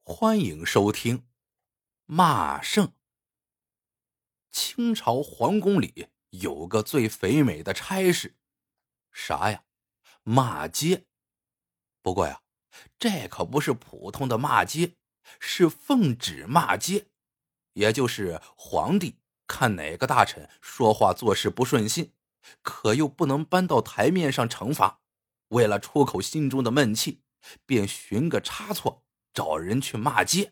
欢迎收听骂圣。清朝皇宫里有个最肥美的差事，啥呀？骂街。不过呀，这可不是普通的骂街，是奉旨骂街。也就是皇帝看哪个大臣说话做事不顺心，可又不能搬到台面上惩罚，为了出口心中的闷气，便寻个差错找人去骂街。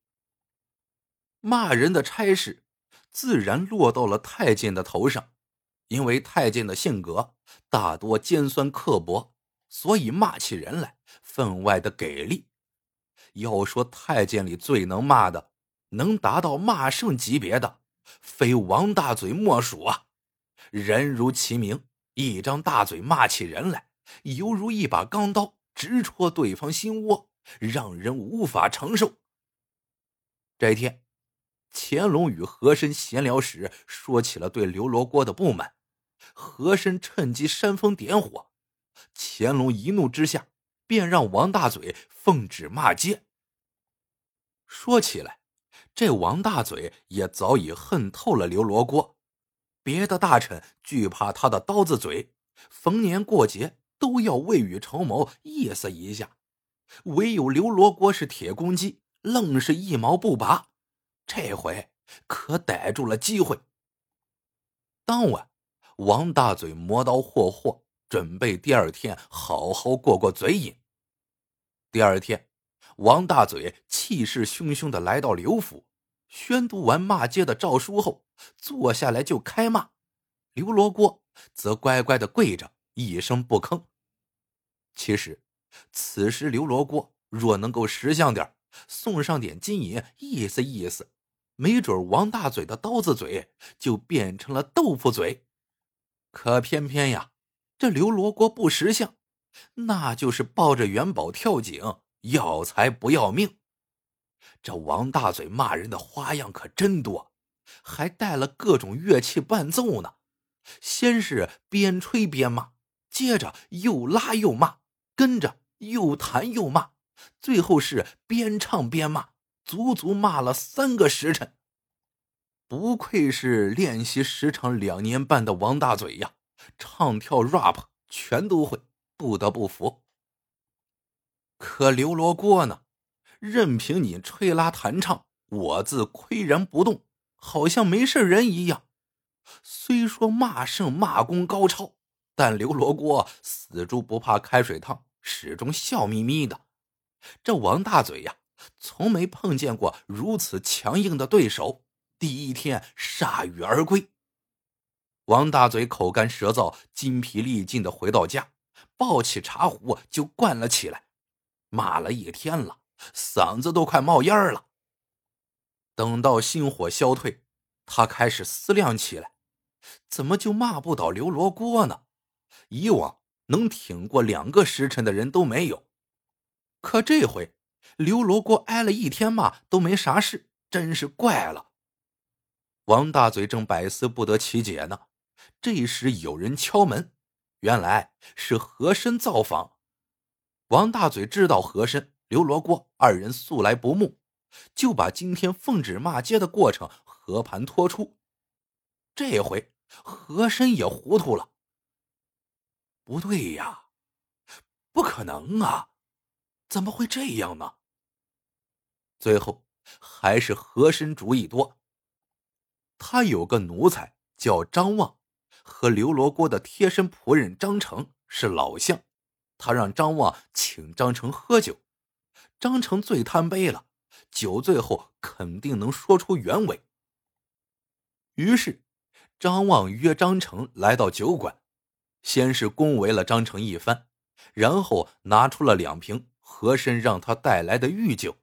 骂人的差事自然落到了太监的头上，因为太监的性格大多尖酸刻薄，所以骂起人来分外的给力。要说太监里最能骂的，能达到骂圣级别的，非王大嘴莫属啊！人如其名，一张大嘴骂起人来，犹如一把钢刀直戳对方心窝，让人无法承受。这一天，乾隆与和珅闲聊时说起了对刘罗锅的不满，和珅趁机煽风点火。乾隆一怒之下，便让王大嘴奉旨骂街。说起来，这王大嘴也早已恨透了刘罗锅。别的大臣惧怕他的刀子嘴，逢年过节都要未雨绸缪意思一下，唯有刘罗锅是铁公鸡，愣是一毛不拔。这回可逮住了机会。当晚，王大嘴磨刀霍霍，准备第二天好好过嘴瘾。第二天，王大嘴气势汹汹地来到刘府，宣读完骂街的诏书后，坐下来就开骂。刘罗锅则乖乖地跪着，一声不吭。其实，此时刘罗锅若能够识相点，送上点金银意思意思，没准王大嘴的刀子嘴就变成了豆腐嘴。可偏偏呀，这刘罗锅不识相，那就是抱着元宝跳井，要财不要命。这王大嘴骂人的花样可真多，还带了各种乐器伴奏呢。先是边吹边骂，接着又拉又骂，跟着又弹又骂，最后是边唱边骂，足足骂了3个时辰。不愧是练习时长2年半的王大嘴呀，唱跳 rap 全都会，不得不服。可刘罗锅呢，任凭你吹拉弹唱，我自岿然不动，好像没事人一样。虽说骂圣骂功高超，但刘罗锅死猪不怕开水烫，始终笑眯眯的。这王大嘴呀，从没碰见过如此强硬的对手，第一天铩羽而归。王大嘴口干舌燥，筋疲力尽的回到家，抱起茶壶就灌了起来。骂了一天了，嗓子都快冒烟了。等到心火消退，他开始思量起来，怎么就骂不倒刘罗锅呢？以往能挺过2个时辰的人都没有，可这回刘罗锅挨了一天骂都没啥事，真是怪了。王大嘴正百思不得其解呢，这时有人敲门，原来是和珅造访。王大嘴知道和珅、刘罗锅2人素来不睦，就把今天奉旨骂街的过程和盘托出。这回和珅也糊涂了，不对呀，不可能啊，怎么会这样呢？最后还是和珅主意多。他有个奴才叫张望，和刘罗锅的贴身仆人张成是老乡，他让张望请张成喝酒。张成最贪杯了，酒醉后肯定能说出原委。于是张望约张成来到酒馆，先是恭维了张成一番，然后拿出了2瓶和珅让他带来的御酒。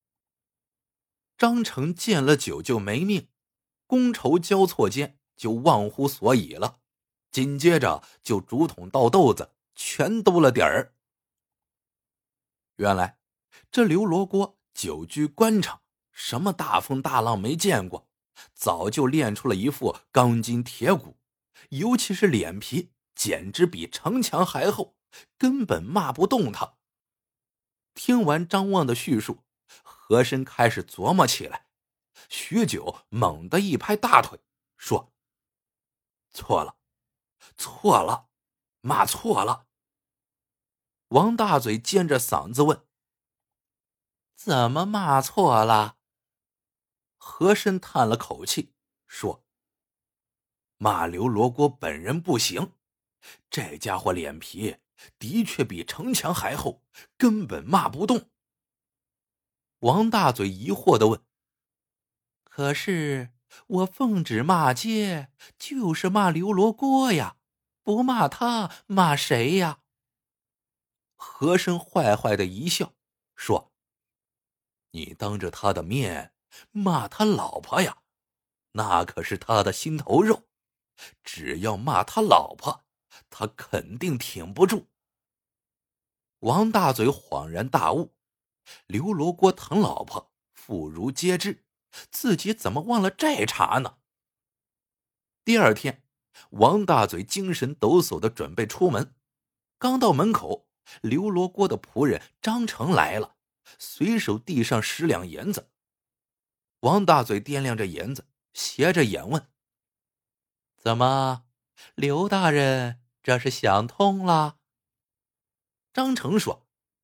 张成见了酒就没命，觥筹交错间就忘乎所以了，紧接着就竹筒倒豆子，全兜了底儿。原来这刘罗锅久居官场，什么大风大浪没见过，早就练出了一副钢筋铁骨，尤其是脸皮简直比城墙还厚，根本骂不动他。听完张望的叙述， 和珅开始琢磨起来，许久，猛地一拍大腿，说：“错了，错了，骂错了。”王大嘴尖着嗓子问：“怎么骂错了？”和珅叹了口气，说：“骂刘罗锅本人不行，这家伙脸皮的确比城墙还厚，根本骂不动。”王大嘴疑惑地问：“可是我奉旨骂街，就是骂刘罗锅呀，不骂他，骂谁呀？”和珅坏坏的一笑，说：“你当着他的面骂他老婆呀，那可是他的心头肉，只要骂他老婆，他肯定挺不住。”王大嘴恍然大悟，刘罗锅疼老婆，妇孺皆知，自己怎么忘了这茬呢？第二天，王大嘴精神抖擞的准备出门，刚到门口，刘罗锅的仆人张成来了，随手递上10两银子。王大嘴掂量着银子，斜着眼问：“怎么，刘大人这是想通了？”张成说：“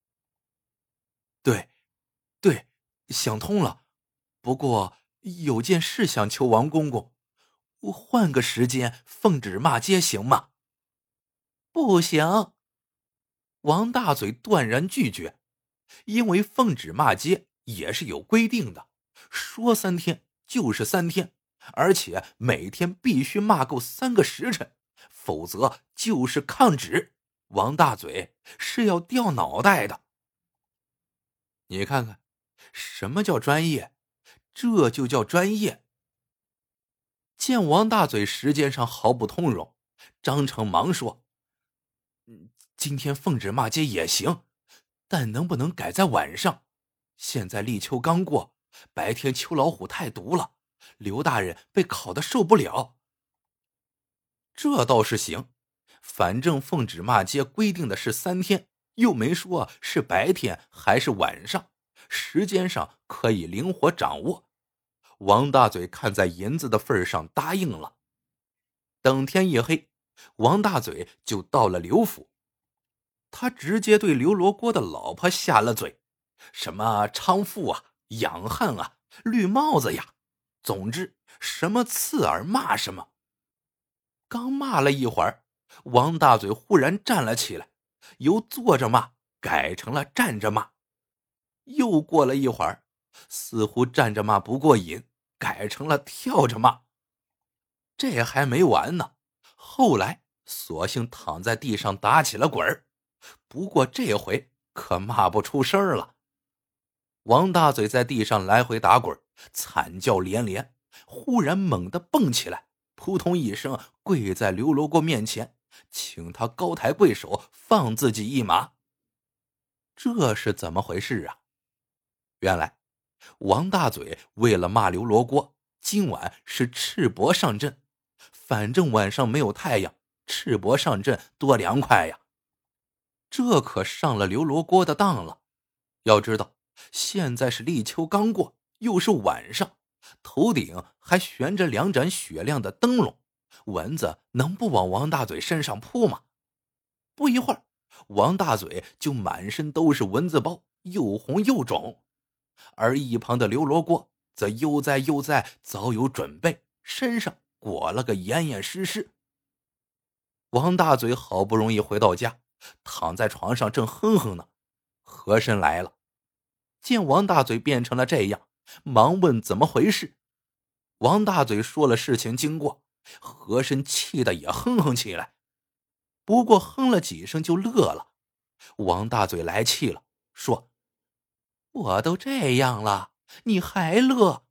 对，对，想通了。不过有件事想求王公公，我换个时间奉旨骂街行吗？”“不行。”王大嘴断然拒绝，因为奉旨骂街也是有规定的，说3天就是3天，而且每天必须骂够3个时辰，否则就是抗旨。王大嘴是要掉脑袋的。你看看，什么叫专业？这就叫专业。见王大嘴时间上毫不通融，张成忙说：“今天奉旨骂街也行，但能不能改在晚上？现在立秋刚过，白天秋老虎太毒了，刘大人被烤得受不了。”这倒是行，反正奉旨骂街规定的是3天，又没说是白天还是晚上，时间上可以灵活掌握。王大嘴看在银子的份上答应了。等天一黑，王大嘴就到了刘府。他直接对刘罗锅的老婆下了嘴，什么娼妇啊、养汉啊、绿帽子呀，总之什么刺耳骂什么。刚骂了一会儿，王大嘴忽然站了起来，由坐着骂改成了站着骂。又过了一会儿，似乎站着骂不过瘾，改成了跳着骂。这还没完呢，后来索性躺在地上打起了滚儿。不过这回可骂不出声了。王大嘴在地上来回打滚，惨叫连连，忽然猛地蹦起来，扑通一声跪在刘罗锅面前，请他高抬贵手放自己一马。这是怎么回事啊？原来王大嘴为了骂刘罗锅，今晚是赤膊上阵，反正晚上没有太阳，赤膊上阵多凉快呀。这可上了刘罗锅的当了。要知道现在是立秋刚过，又是晚上，头顶还悬着2盏雪亮的灯笼，蚊子能不往王大嘴身上扑吗？不一会儿，王大嘴就满身都是蚊子包，又红又肿。而一旁的刘罗锅则悠哉悠哉，早有准备，身上裹了个严严实实。王大嘴好不容易回到家，躺在床上正哼哼呢，和珅来了，见王大嘴变成了这样，忙问怎么回事。王大嘴说了事情经过，和珅气得也哼哼起来，不过哼了几声就乐了。王大嘴来气了，说：“我都这样了，你还乐？”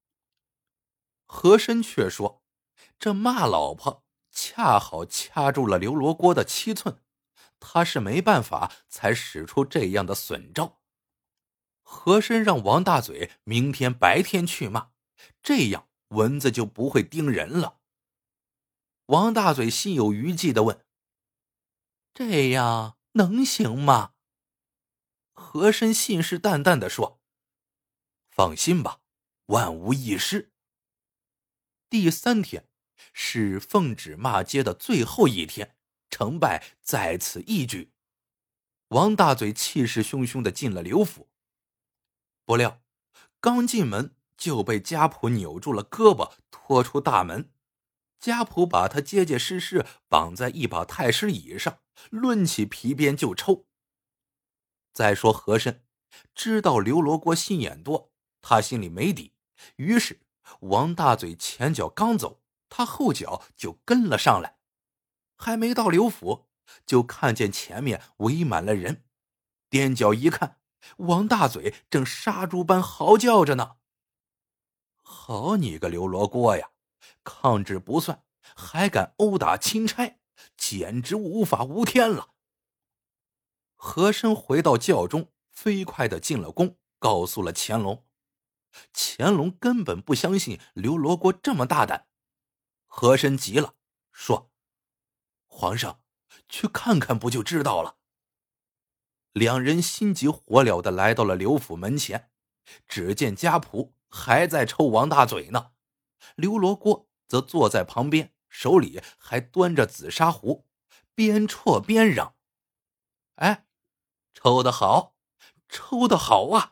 和珅却说：“这骂老婆恰好掐住了刘罗锅的7寸，他是没办法才使出这样的损招。”和珅让王大嘴明天白天去骂，这样蚊子就不会叮人了。王大嘴心有余悸地问：“这样能行吗？”和珅信誓旦旦地说：“ 放心吧，万无一失。第3天是奉旨骂街的最后一天，成败在此一举。王大嘴气势汹汹地进了刘府，不料刚进门就被家仆扭住了胳膊，拖出大门。家仆把他结结实实绑在一把太师椅上，抡起皮鞭就抽。再说和珅知道刘罗锅心眼多，他心里没底，于是王大嘴前脚刚走，他后脚就跟了上来。还没到刘府，就看见前面围满了人，踮脚一看，王大嘴正杀猪般嚎叫着呢。好你个刘罗锅呀，抗旨不算，还敢殴打钦差，简直无法无天了。和珅回到轿中，飞快地进了宫，告诉了乾隆。乾隆根本不相信刘罗锅这么大胆，和珅急了，说：皇上，去看看不就知道了。两人心急火燎地来到了刘府门前，只见家仆还在抽王大嘴呢，刘罗锅则坐在旁边，手里还端着紫砂壶，边啜边嚷：哎，抽得好，抽得好啊！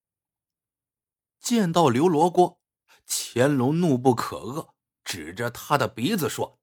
见到刘罗锅，乾隆怒不可遏，指着他的鼻子说：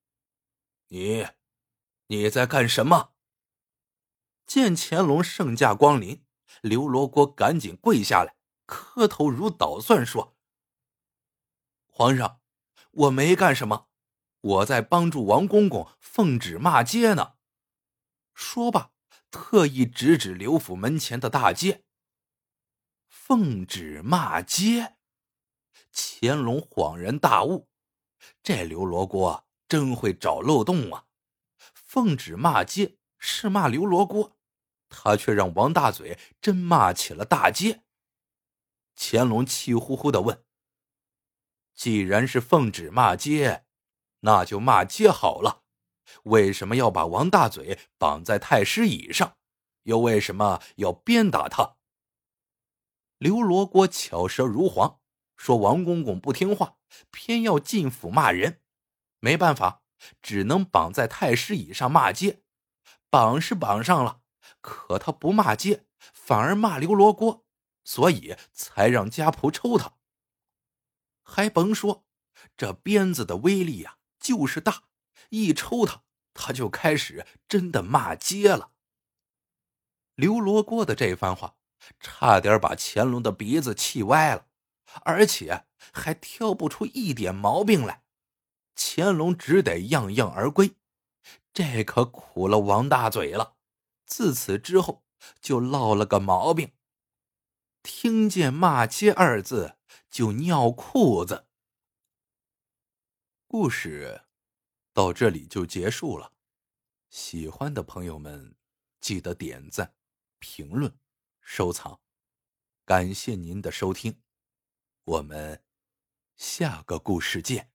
你在干什么？见乾隆圣驾光临，刘罗锅赶紧跪下来，磕头如捣蒜，说：皇上，我没干什么，我在帮助王公公奉旨骂街呢。说罢，特意指指刘府门前的大街。奉旨骂街，乾隆恍然大悟，这刘罗锅真会找漏洞啊！奉旨骂街是骂刘罗锅，他却让王大嘴真骂起了大街。乾隆气呼呼地问：既然是奉旨骂街，那就骂街好了，为什么要把王大嘴绑在太师椅上，又为什么要鞭打他？刘罗锅巧舌如簧，说王公公不听话，偏要进府骂人，没办法，只能绑在太师椅上骂街。绑是绑上了，可他不骂街，反而骂刘罗锅，所以才让家仆抽他。还甭说，这鞭子的威力呀，就是大，一抽他就开始真的骂街了。刘罗锅的这番话差点把乾隆的鼻子气歪了，而且还挑不出一点毛病来。乾隆只得样样而归，这可苦了王大嘴了。自此之后就落了个毛病，听见骂街2字就尿裤子。故事到这里就结束了，喜欢的朋友们记得点赞、评论、收藏，感谢您的收听，我们下个故事见。